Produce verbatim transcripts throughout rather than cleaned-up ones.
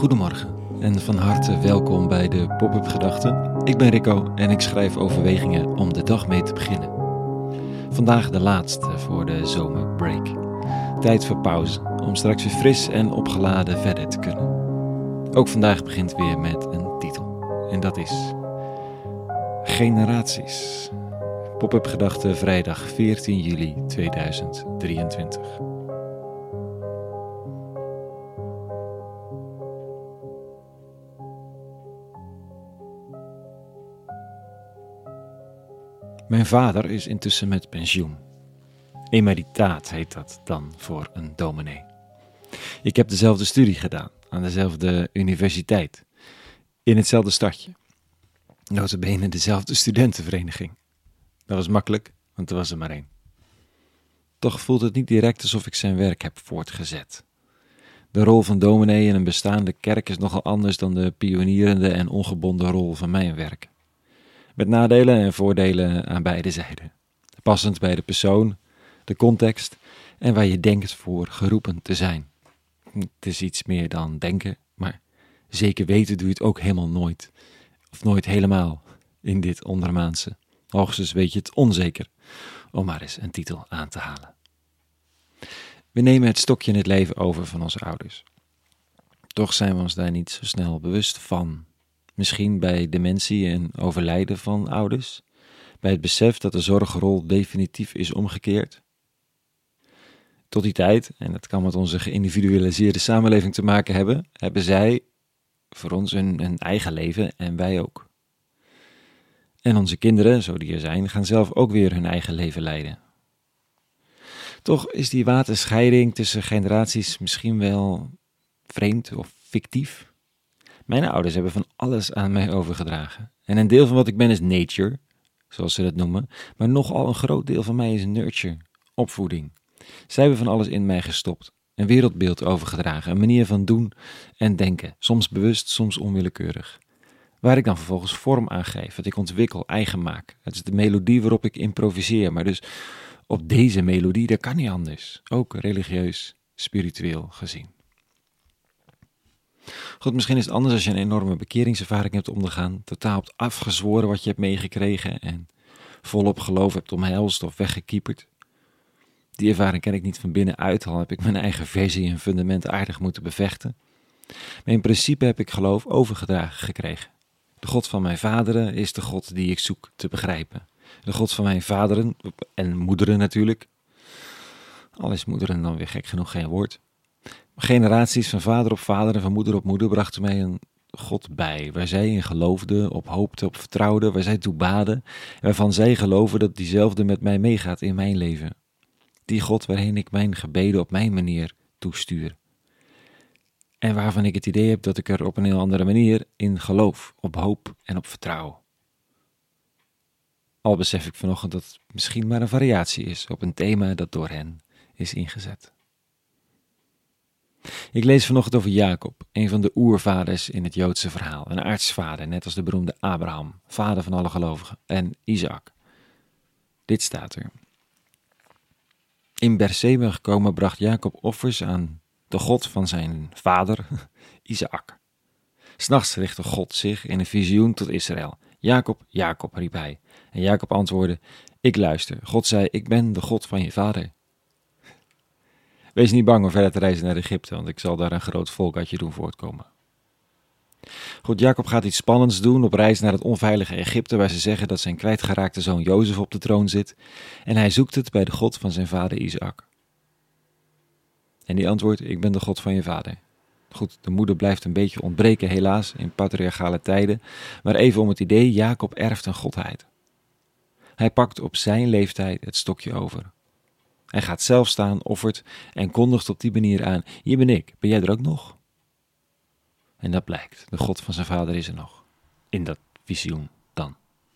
Goedemorgen en van harte welkom bij de Pop-up Gedachten. Ik ben Rico en ik schrijf overwegingen om de dag mee te beginnen. Vandaag de laatste voor de zomerbreak. Tijd voor pauze om straks weer fris en opgeladen verder te kunnen. Ook vandaag begint weer met een titel en dat is Generaties. Pop-up Gedachten vrijdag veertien juli tweeduizend drieëntwintig. Mijn vader is intussen met pensioen. Emeritaat heet dat dan voor een dominee. Ik heb dezelfde studie gedaan, aan dezelfde universiteit, in hetzelfde stadje. Nota bene dezelfde studentenvereniging. Dat was makkelijk, want er was er maar één. Toch voelt het niet direct alsof ik zijn werk heb voortgezet. De rol van dominee in een bestaande kerk is nogal anders dan de pionierende en ongebonden rol van mijn werk. Met nadelen en voordelen aan beide zijden. Passend bij de persoon, de context en waar je denkt voor geroepen te zijn. Het is iets meer dan denken, maar zeker weten doe je het ook helemaal nooit. Of nooit helemaal in dit ondermaanse. Hoogstens weet je het onzeker, om maar eens een titel aan te halen. We nemen het stokje in het leven over van onze ouders. Toch zijn we ons daar niet zo snel bewust van. Misschien bij dementie en overlijden van ouders, bij het besef dat de zorgrol definitief is omgekeerd. Tot die tijd, en dat kan met onze geïndividualiseerde samenleving te maken hebben, hebben zij voor ons een, een eigen leven en wij ook. En onze kinderen, zo die er zijn, gaan zelf ook weer hun eigen leven leiden. Toch is die waterscheiding tussen generaties misschien wel vreemd of fictief. Mijn ouders hebben van alles aan mij overgedragen. En een deel van wat ik ben is nature, zoals ze dat noemen. Maar nogal een groot deel van mij is nurture, opvoeding. Zij hebben van alles in mij gestopt. Een wereldbeeld overgedragen, een manier van doen en denken. Soms bewust, soms onwillekeurig. Waar ik dan vervolgens vorm aan geef, wat ik ontwikkel, eigen maak. Het is de melodie waarop ik improviseer. Maar dus op deze melodie, dat kan niet anders. Ook religieus, spiritueel gezien. God, misschien is het anders als je een enorme bekeringservaring hebt ondergaan, totaal hebt afgezworen wat je hebt meegekregen en volop geloof hebt omhelst of weggekieperd. Die ervaring ken ik niet van binnenuit, al heb ik mijn eigen versie en fundament aardig moeten bevechten. Maar in principe heb ik geloof overgedragen gekregen. De God van mijn vaderen is de God die ik zoek te begrijpen. De God van mijn vaderen, en moederen natuurlijk. Al is moederen dan weer gek genoeg geen woord. Generaties van vader op vader en van moeder op moeder brachten mij een God bij, waar zij in geloofden, op hoopten, op vertrouwden, waar zij toe baden, en waarvan zij geloven dat diezelfde met mij meegaat in mijn leven. Die God waarheen ik mijn gebeden op mijn manier toestuur. En waarvan ik het idee heb dat ik er op een heel andere manier in geloof, op hoop en op vertrouwen. Al besef ik vanochtend dat het misschien maar een variatie is op een thema dat door hen is ingezet. Ik lees vanochtend over Jacob, een van de oervaders in het Joodse verhaal. Een aartsvader, net als de beroemde Abraham, vader van alle gelovigen, en Isaac. Dit staat er. In Berseba gekomen bracht Jacob offers aan de God van zijn vader, Isaac. 'S Nachts richtte God zich in een visioen tot Israël. Jacob, Jacob, riep hij. En Jacob antwoordde, ik luister. God zei, ik ben de God van je vader. Wees niet bang om verder te reizen naar Egypte, want ik zal daar een groot volk uit je doen voortkomen. Goed, Jacob gaat iets spannends doen op reis naar het onveilige Egypte, waar ze zeggen dat zijn kwijtgeraakte zoon Jozef op de troon zit. En hij zoekt het bij de God van zijn vader Isaac. En die antwoordt, ik ben de God van je vader. Goed, de moeder blijft een beetje ontbreken helaas in patriarchale tijden, maar even om het idee, Jacob erft een godheid. Hij pakt op zijn leeftijd het stokje over. Hij gaat zelf staan, offert en kondigt op die manier aan, hier ben ik, ben jij er ook nog? En dat blijkt, de God van zijn vader is er nog, in dat visioen dan.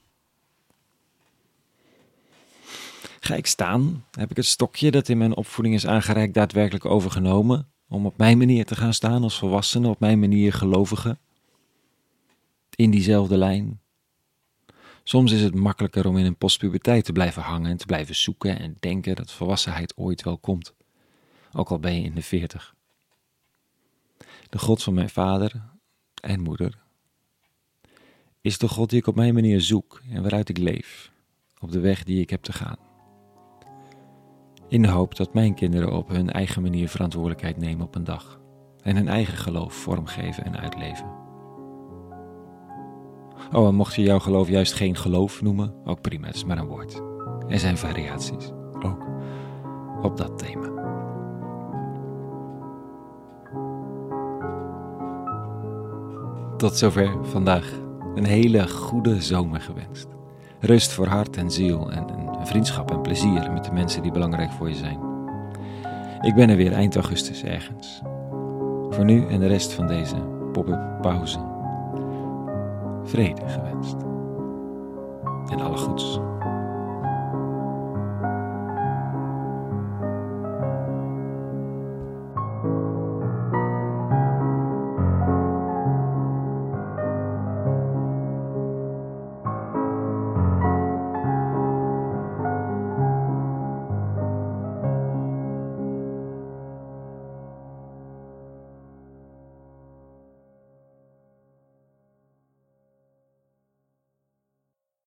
Ga ik staan? Heb ik het stokje dat in mijn opvoeding is aangereikt daadwerkelijk overgenomen, om op mijn manier te gaan staan als volwassene, op mijn manier gelovige? In diezelfde lijn? Soms is het makkelijker om in een postpuberteit te blijven hangen en te blijven zoeken en denken dat volwassenheid ooit wel komt. Ook al ben je in de veertig. De God van mijn vader en moeder is de God die ik op mijn manier zoek en waaruit ik leef, op de weg die ik heb te gaan. In de hoop dat mijn kinderen op hun eigen manier verantwoordelijkheid nemen op een dag en hun eigen geloof vormgeven en uitleven. Oh, en mocht je jouw geloof juist geen geloof noemen, ook prima, het is maar een woord. Er zijn variaties, ook op dat thema. Tot zover vandaag. Een hele goede zomer gewenst. Rust voor hart en ziel en, en vriendschap en plezier met de mensen die belangrijk voor je zijn. Ik ben er weer eind augustus ergens. Voor nu en de rest van deze pop-up pauze. Vrede gewenst. En alle goeds.